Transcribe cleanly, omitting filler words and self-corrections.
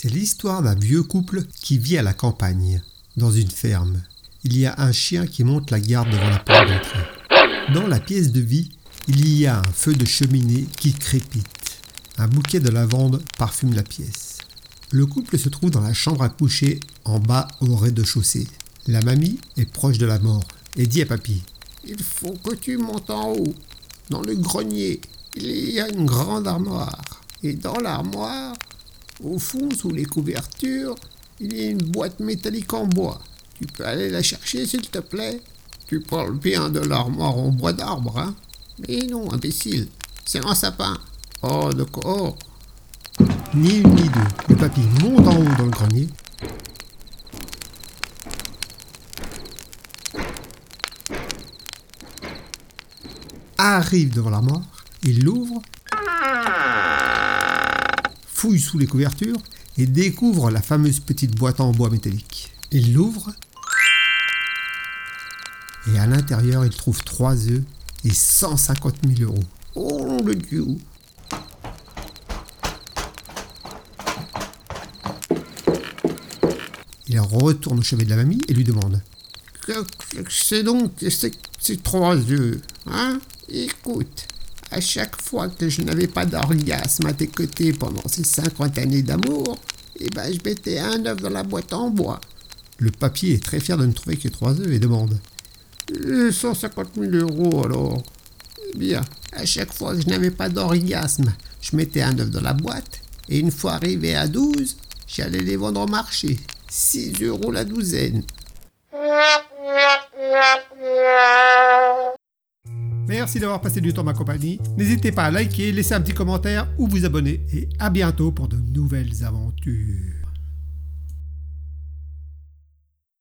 C'est l'histoire d'un vieux couple qui vit à la campagne, dans une ferme. Il y a un chien qui monte la garde devant la porte d'entrée. Dans la pièce de vie, il y a un feu de cheminée qui crépite. Un bouquet de lavande parfume la pièce. Le couple se trouve dans la chambre à coucher, en bas au rez-de-chaussée. La mamie est proche de la mort et dit à papy: « Il faut que tu montes en haut. Dans le grenier, il y a une grande armoire. Et dans l'armoire, au fond, sous les couvertures, il y a une boîte métallique en bois. Tu peux aller la chercher, s'il te plaît? Tu parles bien de l'armoire en bois d'arbre, hein? Mais non, imbécile, c'est un sapin. Oh, d'accord. » Ni une ni deux, le papy monte en haut dans le grenier. Arrive devant l'armoire, il l'ouvre, fouille sous les couvertures et découvre la fameuse petite boîte en bois métallique. Il l'ouvre et à l'intérieur, il trouve 3 œufs et 150 000 €. Oh nom de Dieu! Il retourne au chevet de la mamie et lui demande: « Que c'est donc ces 3 œufs, hein? Écoute, à chaque fois que je n'avais pas d'orgasme à tes côtés pendant ces 50 années d'amour, je mettais un œuf dans la boîte en bois. » Le papy est très fier de ne trouver que 3 œufs et demande: « 150 000 € alors? » Eh bien, à chaque fois que je n'avais pas d'orgasme, je mettais un œuf dans la boîte, et une fois arrivé à 12, j'allais les vendre au marché. 6 € la douzaine. Merci d'avoir passé du temps en ma compagnie. N'hésitez pas à liker, laisser un petit commentaire ou vous abonner. Et à bientôt pour de nouvelles aventures.